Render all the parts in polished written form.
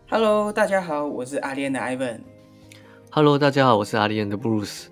Hello，大家好，我是阿联的 Ivan。 Hello，大家好，我是阿利恩的布鲁斯。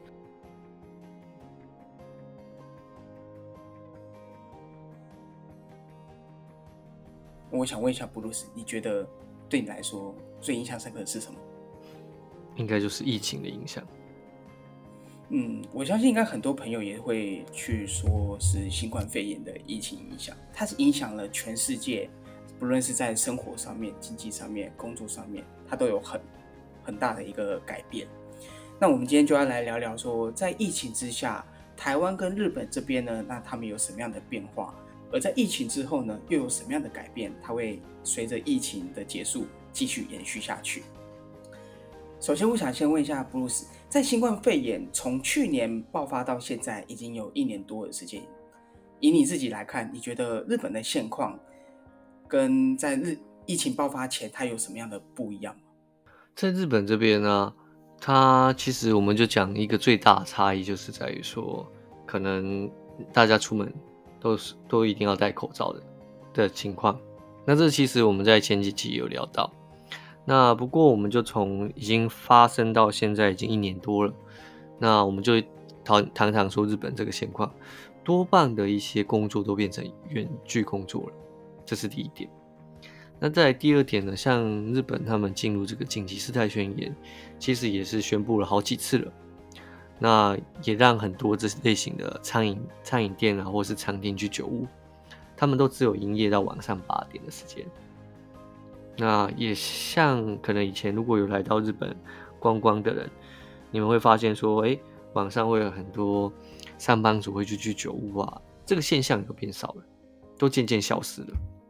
我想问一下布鲁斯，你觉得对你来说最印象深刻的是什么？ 应该就是疫情的影响。 我相信应该很多朋友也会去说是新冠肺炎的疫情影响，它是影响了全世界，不论是在生活上面、经济上面、工作上面，它都有很大的一个改变。那我们今天就要来聊聊说，在疫情之下，台湾跟日本这边呢，那他们有什么样的变化？而在疫情之后呢，又有什么样的改变？它会随着疫情的结束继续延续下去。首先，我想先问一下布鲁斯，在新冠肺炎从去年爆发到现在，已经有1年多的时间。以你自己来看，你觉得日本的现况跟在疫情爆发前，它有什么样的不一样吗？ 在日本这边呢，它其实我们就讲一个最大的差异，就是在于说，可能大家出门都一定要戴口罩的情况。那这其实我们在前几集有聊到。那不过我们就从已经发生到现在已经1年多了，那我们就谈说日本这个现况，多半的一些工作都变成远距工作了，这是第一点。那再来第二点呢，像日本他们进入这个紧急事态宣言，其实也是宣布了好几次了。那也让很多这类型的餐饮店啊，或是餐厅、居酒屋，他们都只有营业到晚上8点的时间。那也像可能以前如果有来到日本观光的人，你们会发现说，晚上会有很多上班族会去居酒屋啊，这个现象有变少了，都渐渐消失了。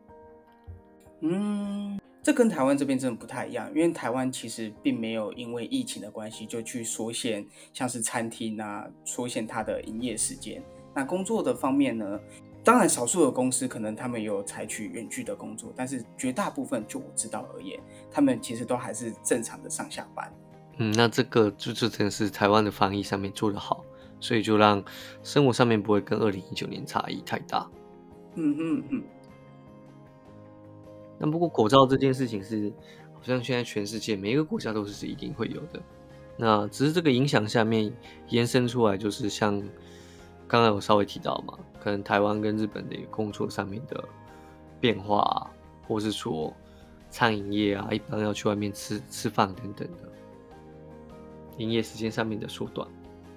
这跟台湾这边真的不太一样，因为台湾其实并没有因为疫情的关系就去缩限，像是餐厅啊，缩限它的营业时间。那工作的方面呢，当然少数的公司可能他们有采取远距的工作，但是绝大部分就我知道而言，他们其实都还是正常的上下班。 那这个就真的是台湾的防疫上面做得好，所以就让生活上面不会跟2019年差异太大。 嗯嗯嗯。 那不过口罩这件事情是，好像现在全世界每一个国家都是一定会有的。那只是这个影响下面延伸出来，就是像刚刚有稍微提到嘛，可能台湾跟日本的一个工作上面的变化啊，或是说餐饮业啊，一般要去外面吃饭等等的，营业时间上面的缩短。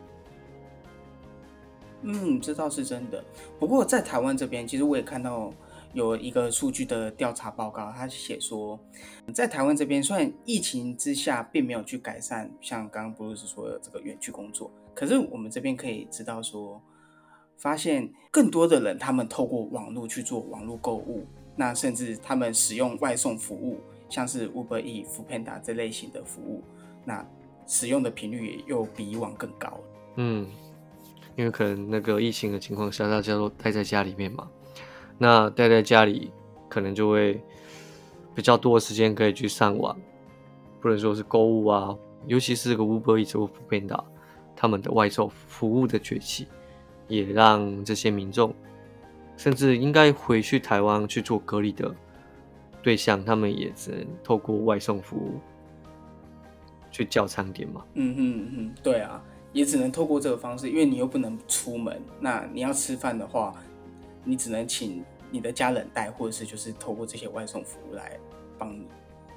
这倒是真的。不过在台湾这边，其实我也看到有一个数据的调查报告，它写说，在台湾这边虽然疫情之下并没有去改善，像刚刚布鲁斯说的这个远距工作，可是我们这边可以知道说，发现更多的人他们透过网络去做网络购物，那甚至他们使用外送服务，像是 Uber Eats、Foodpanda 这类型的服务，那使用的频率也又比以往更高了。 嗯，因为可能那个疫情的情况下，大家都待在家里面嘛，那待在家里可能就会比较多的时间可以去上网，不能说是购物啊，尤其是这个 Uber Eats 或 Foodpanda 他们的外售服务的崛起，也让这些民众甚至应该回去台湾去做隔离的对象，他们也只能透过外送服务去叫餐点嘛。 对啊，也只能透过这个方式，因为你又不能出门，那你要吃饭的话，你只能请你的家人带，或者是就是透过这些外送服务来帮你。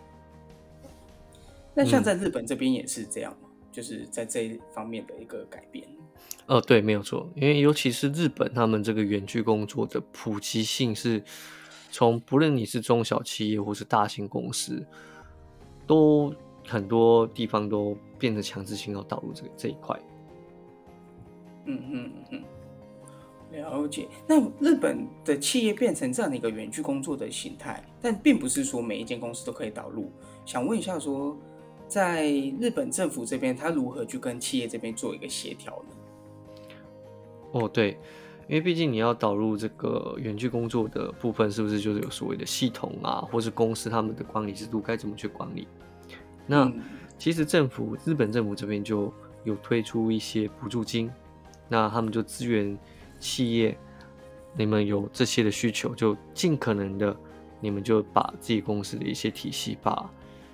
那像嗯， 在日本这边也是这样嘛，就是在这一方面的一个改变。 对，没有错，因为尤其是日本，他们这个远距工作的普及性是从不论你是中小企业或是大型公司，都很多地方都变得强制性要导入这一块。 嗯嗯嗯，了解。那日本的企业变成这样的一个远距工作的形态，但并不是说每一间公司都可以导入。想问一下说，在日本政府这边，他如何去跟企业这边做一个协调呢？ 哦，对，因为毕竟你要导入这个远距工作的部分，是不是就是有所谓的系统啊，或是公司他们的管理制度该怎么去管理？那嗯其实日本政府这边就有推出一些补助金，那他们就支援企业，你们有这些的需求，就尽可能的，你们就把自己公司的一些体系把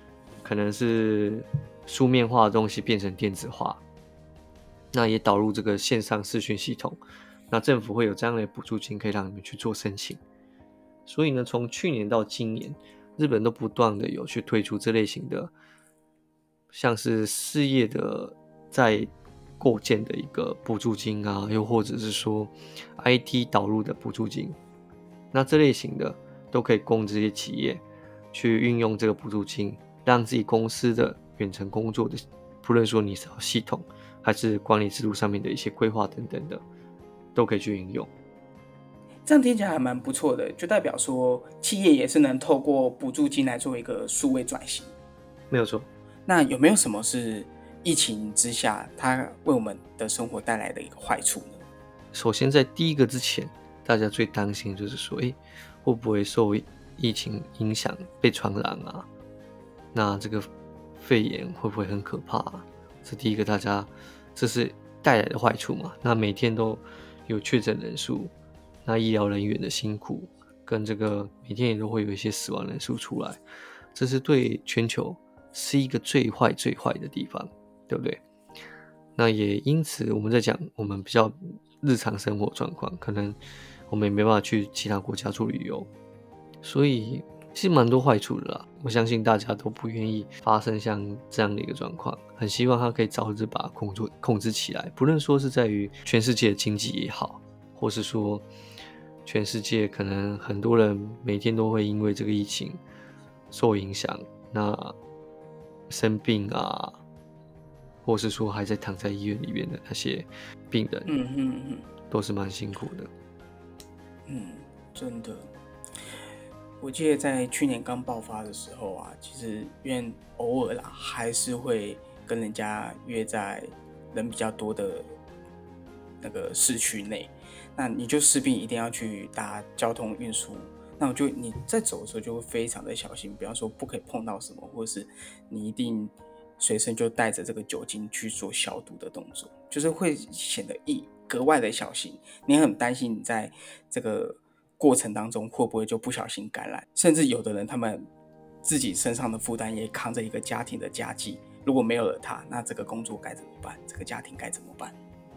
可能是书面化的东西变成电子化，那也导入这个线上视讯系统，那政府会有这样的补助金可以让你们去做申请。所以呢，从去年到今年，日本都不断的有去推出这类型的，像是事业的在构建的一个补助金啊，又或者是说 IT 导入的补助金，那这类型的都可以供这些企业去运用这个补助金，让自己公司的远程工作的，不论说你是要系统还是管理制度上面的一些规划等等的，都可以去运用。 这样听起来还蛮不错的，就代表说企业也是能透过补助金来做一个数位转型。 没有错。 那有没有什么是疫情之下它为我们的生活带来的一个坏处呢？ 首先在第一个之前，大家最担心就是说，会不会受疫情影响被传染啊？那这个肺炎会不会很可怕啊？这第一个，这是带来的坏处嘛。那每天都有确诊人数，那医疗人员的辛苦，跟这个每天也都会有一些死亡人数出来，这是对全球是一个最坏的地方，对不对？那也因此我们在讲我们比较日常生活状况，可能我们也没办法去其他国家做旅游，所以其实蛮多坏处的啦。我相信大家都不愿意发生像这样的一个状况，很希望它可以早日把控制起来，不论说是在于全世界的经济也好，或是说全世界可能很多人每天都会因为这个疫情受影响，那生病啊，或是说还在躺在医院里面的那些病人，都是蛮辛苦的。 真的。我记得在去年刚爆发的时候啊，其实因为偶尔啦，还是会跟人家约在人比较多的那个市区内，那你就势必一定要去搭交通运输。那你在走的时候就会非常的小心，比方说不可以碰到什么，或是你一定随身就带着这个酒精去做消毒的动作，就是会显得格外的小心。你很担心你在这个过程当中会不会就不小心感染，甚至有的人他们自己身上的负担也扛着一个家庭的家计，如果没有了他，那这个工作该怎么办？这个家庭该怎么办？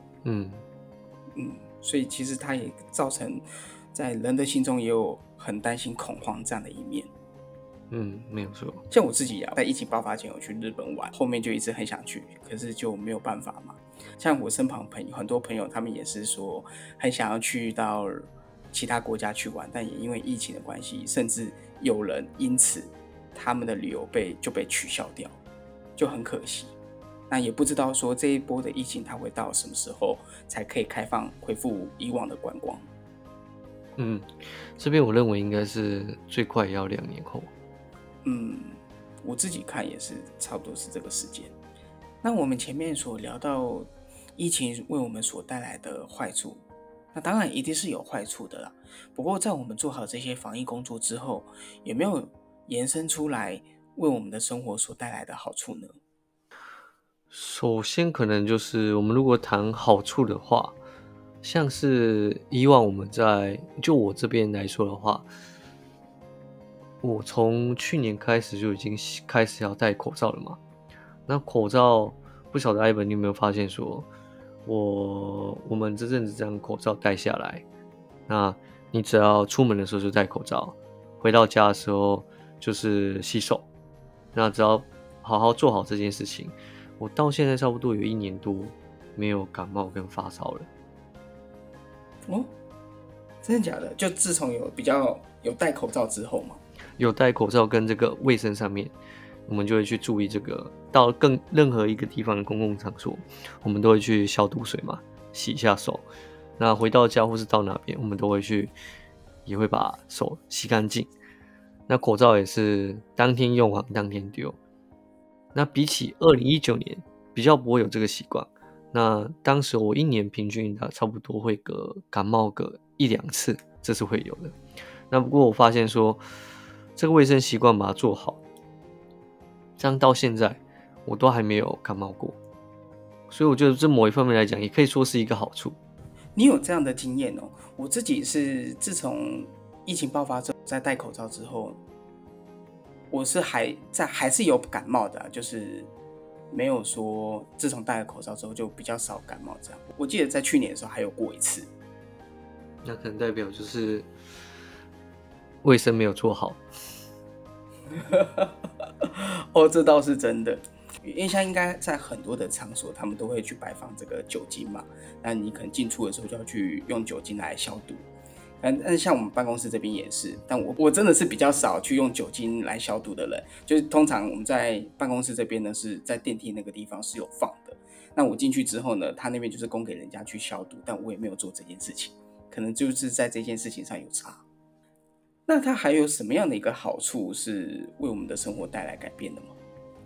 所以其实它也造成在人的心中也有很担心恐慌这样的一面。 没有错。 像我自己啊，在疫情爆发前有去日本玩，后面就一直很想去，可是就没有办法嘛。像我身旁很多朋友，他们也是说很想要去到其他国家去玩，但也因为疫情的关系，甚至有人因此他们的旅游就被取消掉，就很可惜。那也不知道说这一波的疫情它会到什么时候才可以开放恢复以往的观光。 这边我认为应该是最快也要2年后。 我自己看也是差不多是这个时间。那我们前面所聊到疫情为我们所带来的坏处，那当然一定是有坏处的啦。不过在我们做好这些防疫工作之后，有没有延伸出来为我们的生活所带来的好处呢？ 首先可能就是我们如果谈好处的话，像是以往我们就我这边来说的话，我从去年开始就已经开始要戴口罩了嘛。那口罩不晓得艾文你有没有发现说，我们这阵子这样口罩戴下来，那你只要出门的时候就戴口罩，回到家的时候就是洗手，那只要好好做好这件事情，我到现在差不多有1年多没有感冒跟发烧了。 真的假的？就自从有戴口罩之后吗？ 有戴口罩跟这个卫生上面，我们就会去注意这个，到任何一个地方的公共场所，我们都会去消毒水嘛，洗一下手。那回到家或是到哪边，我们都会也会把手洗干净。那口罩也是当天用完当天丢。那比起2019年比较不会有这个习惯。那当时我1年平均差不多会感冒1-2次，这是会有的。那不过我发现说，这个卫生习惯把它做好，这样到现在我都还没有感冒过，所以我觉得这某一方面来讲，也可以说是一个好处。 你有这样的经验哦？我自己是自从疫情爆发之后，在戴口罩之后， 我是还是有感冒的就是没有说自从戴了口罩之后就比较少感冒这样。我记得在去年的时候还有过一次。 那可能代表就是卫生没有做好。 哦，这倒是真的。因为现在应该在很多的场所，他们都会去摆放这个酒精嘛，那你可能进出的时候就要去用酒精来消毒。但是像我们办公室这边也是，但我真的是比较少去用酒精来消毒的人，就是通常我们在办公室这边呢是在电梯那个地方是有放的，那我进去之后呢，他那边就是供给人家去消毒，但我也没有做这件事情，可能就是在这件事情上有差。那它还有什么样的一个好处是为我们的生活带来改变的吗？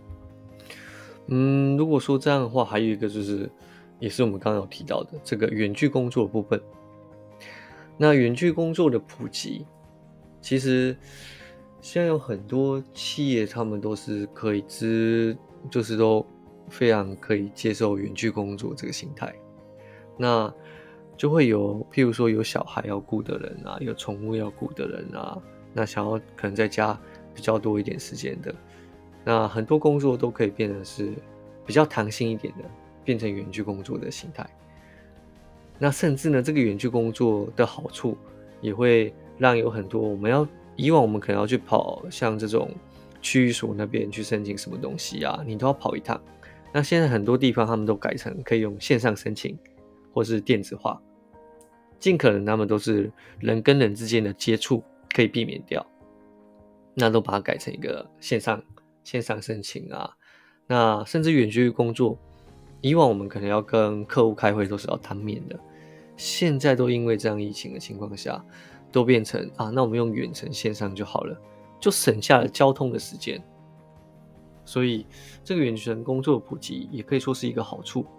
如果说这样的话，还有一个就是，也是我们刚刚有提到的这个远距工作的部分。那远距工作的普及，其实现在有很多企业，他们都是可以就是都非常可以接受远距工作这个形态。那就会有，譬如说有小孩要顾的人啊，有宠物要顾的人啊，那想要可能在家比较多一点时间的，那很多工作都可以变成是比较弹性一点的，变成远距工作的形态。那甚至呢，这个远距工作的好处也会让有很多以往我们可能要去跑像这种区域所那边去申请什么东西啊，你都要跑一趟。那现在很多地方他们都改成可以用线上申请，或是电子化，尽可能他们都是人跟人之间的接触可以避免掉，那都把它改成一个线上申请啊。那甚至远距工作，以往我们可能要跟客户开会都是要当面的，现在都因为这样疫情的情况下，都变成那我们用远程线上就好了，就省下了交通的时间。所以这个远程工作普及也可以说是一个好处。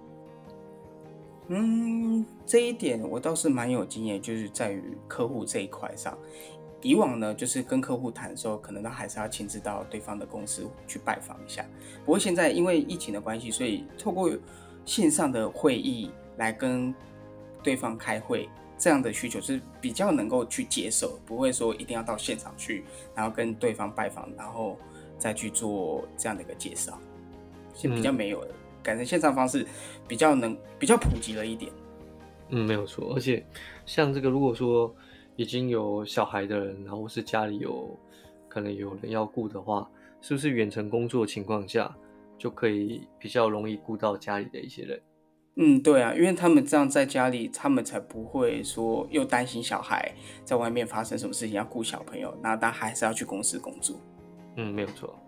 这一点我倒是蛮有经验，就是在于客户这一块上。以往呢，就是跟客户谈的时候，可能他还是要亲自到对方的公司去拜访一下。不过现在因为疫情的关系，所以透过线上的会议来跟对方开会，这样的需求是比较能够去接受，不会说一定要到现场去，然后跟对方拜访，然后再去做这样的一个介绍，是比较没有的。改成线上方式比较普及了一点。 没有错。而且像这个，如果说已经有小孩的人，然后是家里可能有人要顾的话，是不是远程工作的情况下，就可以比较容易顾到家里的一些人？ 对啊，因为他们这样在家里，他们才不会说又担心小孩在外面发生什么事情要顾小朋友，那他还是要去公司工作。 没有错。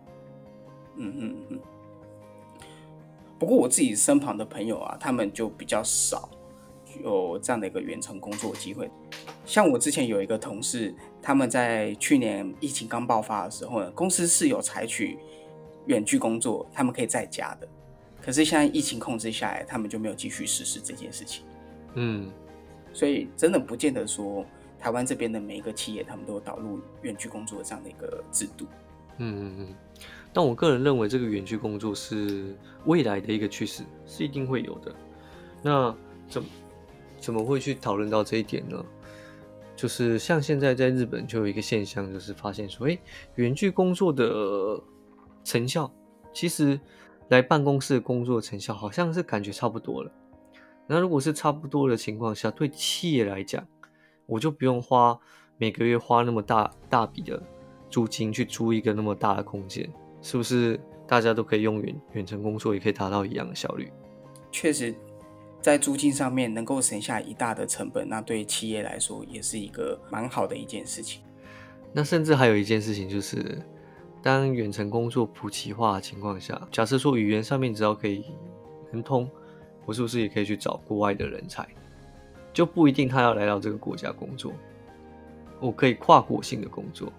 不过我自己身旁的朋友啊，他们就比较少有这样的一个远程工作机会。像我之前有一个同事，他们在去年疫情刚爆发的时候呢，公司是有采取远距工作，他们可以在家的。可是现在疫情控制下来，他们就没有继续实施这件事情。所以真的不见得说台湾这边的每一个企业，他们都有导入远距工作这样的一个制度。 但我个人认为，这个远距工作是未来的一个趋势，是一定会有的。那怎么会去讨论到这一点呢？就是像现在在日本就有一个现象，就是发现说，远距工作的成效，其实来办公室工作的成效好像是感觉差不多了。那如果是差不多的情况下，对企业来讲，我就不用每个月花那么大笔的租金去租一个那么大的空间，是不是大家都可以用远程工作，也可以达到一样的效率？ 确实，在租金上面能够省下一大的成本，那对企业来说也是一个蛮好的一件事情。 那甚至还有一件事情就是，当远程工作普及化的情况下，假设说语言上面只要可以能通，我是不是也可以去找国外的人才？就不一定他要来到这个国家工作，我可以跨国性的工作。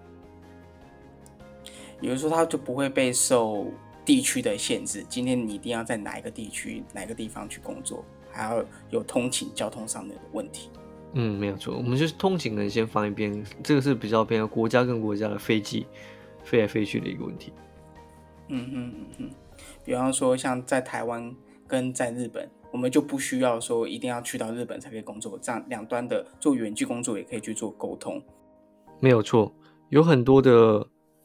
也就是说，他就不会被受地区的限制。今天你一定要在哪一个地区、哪个地方去工作，还要有通勤交通上的问题。 没有错，我们就是通勤人先放一边，这个是比较偏国家跟国家的飞机飞来飞去的一个问题。 比方说，像在台湾跟在日本，我们就不需要说一定要去到日本才可以工作，这样两端的做远距工作也可以去做沟通。 没有错，有很多的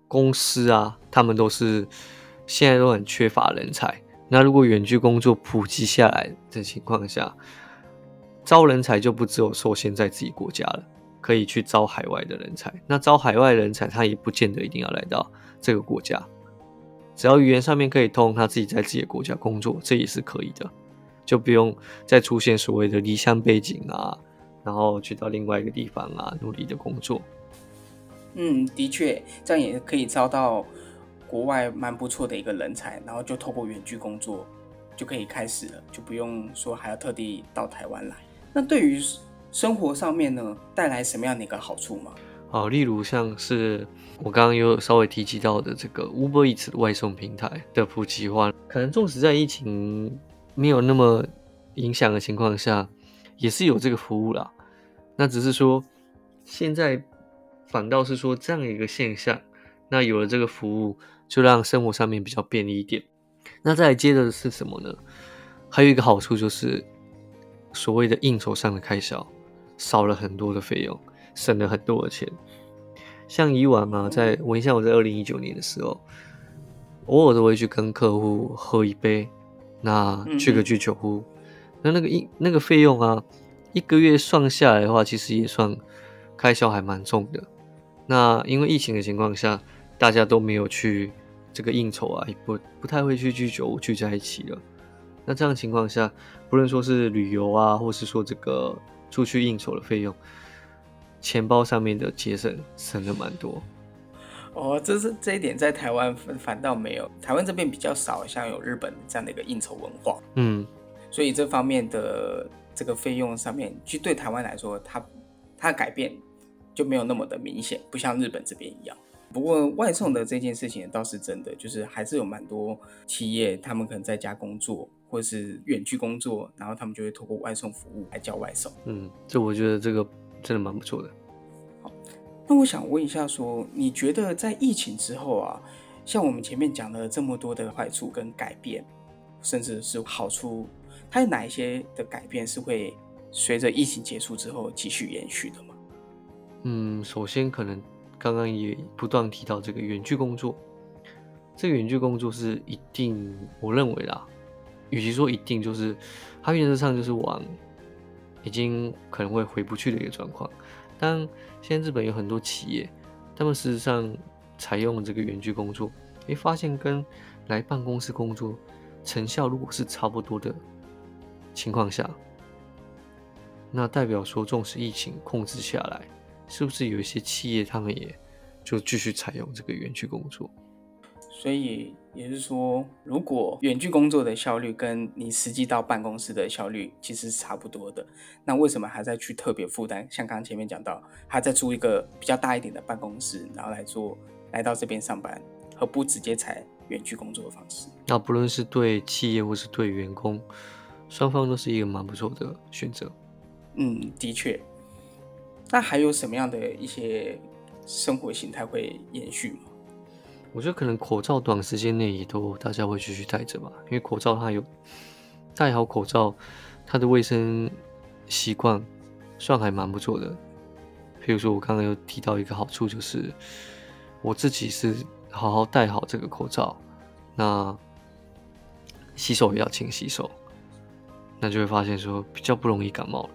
公司啊，他们现在都很缺乏人才。那如果远距工作普及下来的情况下，招人才就不只有受限在自己国家了，可以去招海外的人才。那招海外人才，他也不见得一定要来到这个国家，只要语言上面可以通，他自己在自己的国家工作，这也是可以的，就不用再出现所谓的离乡背景啊，然后去到另外一个地方啊，努力的工作。 的确，这样也可以招到国外蛮不错的一个人才，然后就透过远距工作就可以开始了，就不用说还要特地到台湾来。那对于生活上面呢，带来什么样的一个好处吗？ 例如像是我刚刚有稍微提及到的这个 Uber Eats 的外送平台的普及化，可能纵使在疫情没有那么影响的情况下，也是有这个服务啦。那只是说现在反倒是说这样一个现象，那有了这个服务，就让生活上面比较便利一点。那再来接着是什么呢？还有一个好处就是所谓的应酬上的开销少了很多的费用，省了很多的钱。像以往啊，我在2019年的时候，偶尔都会去跟客户喝一杯，那去个居酒屋，那个费用啊，一个月算下来的话，其实也算开销还蛮重的。那因为疫情的情况下，大家都没有去这个应酬啊，也不太会去居酒屋聚在一起了。那这样的情况下，不论说是旅游啊，或是说这个出去应酬的费用，钱包上面的节省了蛮多。 这一点在台湾反倒没有，台湾这边比较少，像有日本这样的一个应酬文化，所以这方面的这个费用上面，其实对台湾来说，它的改变就没有那么的明显，不像日本这边一样。不过外送的这件事情倒是真的，就是还是有蛮多企业，他们可能在家工作或是远距工作，然后他们就会透过外送服务来叫外送。 这我觉得这个真的蛮不错的。 好，那我想问一下说，你觉得在疫情之后啊，像我们前面讲了这么多的坏处跟改变，甚至是好处，它有哪一些的改变是会随着疫情结束之后继续延续的吗？ 首先可能刚刚也不断提到这个远距工作，这个远距工作是一定，我认为啦，与其说一定，就是它原则上就是往已经可能会回不去的一个状况。但现在日本有很多企业，他们事实上采用这个远距工作，发现跟来办公室工作成效如果是差不多的情况下，那代表说纵使疫情控制下来，是不是有一些企业他们也就继续采用这个远距工作？ 所以也就是说，如果远距工作的效率跟你实际到办公室的效率其实是差不多的，那为什么还在去特别负担？像刚刚前面讲到，还在租一个比较大一点的办公室，然后来到这边上班，何不直接采远距工作的方式？ 那不论是对企业或是对员工，双方都是一个蛮不错的选择。 的确。那还有什么样的一些生活形态会延续吗？ 我觉得可能口罩短时间内也都大家会继续戴着吧，因为口罩它有戴好口罩，它的卫生习惯算还蛮不错的。譬如说我刚刚有提到一个好处，就是我自己是好好戴好这个口罩，那洗手也要勤洗手，那就会发现说比较不容易感冒了。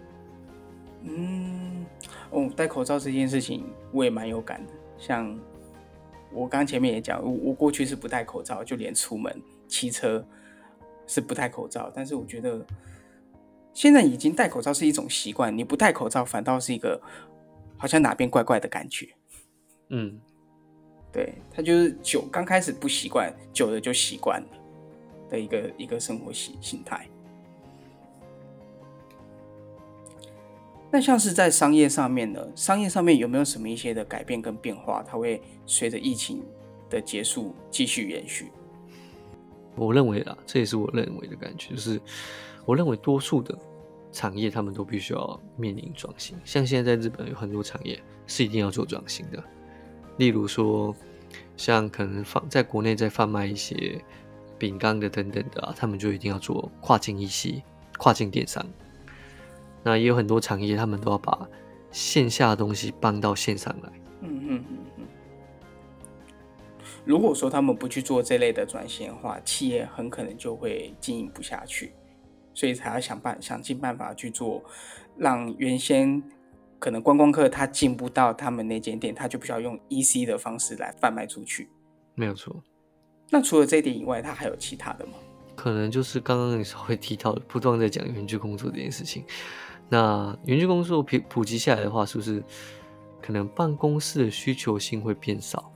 戴口罩这件事情我也蛮有感的。像我刚前面也讲，我过去是不戴口罩，就连出门骑车是不戴口罩。但是我觉得现在已经戴口罩是一种习惯，你不戴口罩反倒是一个好像哪边怪怪的感觉。对，它就是刚开始不习惯，久了就习惯了的一个生活形态。那像是在商业上面呢？商业上面有没有什么一些的改变跟变化？它会随着疫情的结束继续延续？ 我认为啦，这也是我认为的感觉，就是我认为多数的产业他们都必须要面临转型。像现在在日本有很多产业是一定要做转型的，例如说像可能在国内在贩卖一些饼干的等等的啊，他们就一定要做跨境一系、跨境电商。那也有很多产业，他们都要把线下的东西搬到线上来。 如果说他们不去做这类的转型的话，企业很可能就会经营不下去，所以才要想尽办法去做，让原先可能观光客他进不到他们那间店，他就必须要用 EC 的方式来贩卖出去。 没有错。 那除了这一点以外，它还有其他的吗？ 可能就是刚刚你稍微提到的，不断在讲远距工作这件事情。那远距工作普及下来的话，是不是可能办公室的需求性会变少？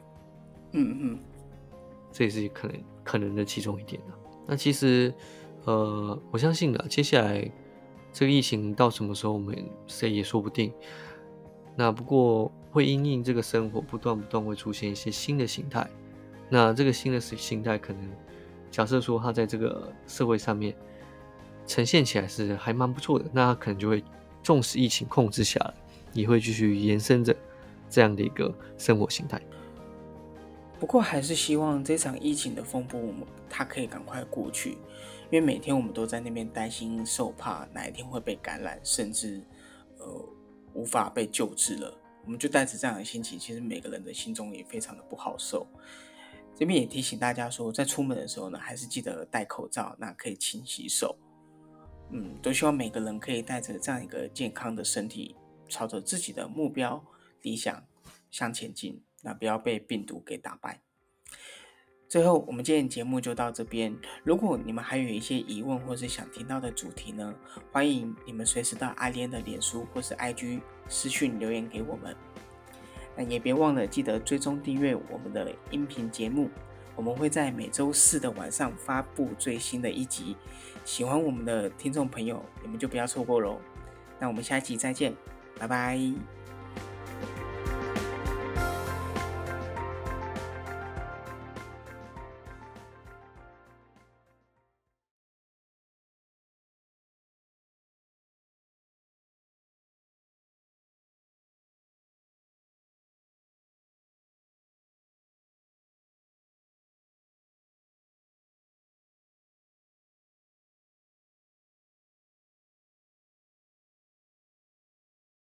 这也是可能的其中一点的。那其实，我相信接下来这个疫情到什么时候，我们谁也说不定。那不过会因应这个生活不断会出现一些新的形态。那这个新的形态可能假设说它在这个社会上面呈现起来是还蛮不错的，那它可能就会纵使疫情控制下来，也会继续延伸着这样的一个生活形态。 不过还是希望这场疫情的风波它可以赶快过去，因为每天我们都在那边担心受怕哪一天会被感染，甚至无法被救治了。我们就带着这样的心情，其实每个人的心中也非常的不好受。这边也提醒大家说，在出门的时候呢，还是记得戴口罩，那可以勤洗手。都希望每个人可以带着这样一个健康的身体，朝着自己的目标理想向前进，那不要被病毒给打败。最后，我们今天节目就到这边。如果你们还有一些疑问或是想听到的主题呢，欢迎你们随时到阿莲的脸书或是 IG 私讯留言给我们。那也别忘了记得追踪订阅我们的音频节目，我们会在每周四的晚上发布最新的一集。喜欢我们的听众朋友，你们就不要错过咯。那我们下一集再见，拜拜。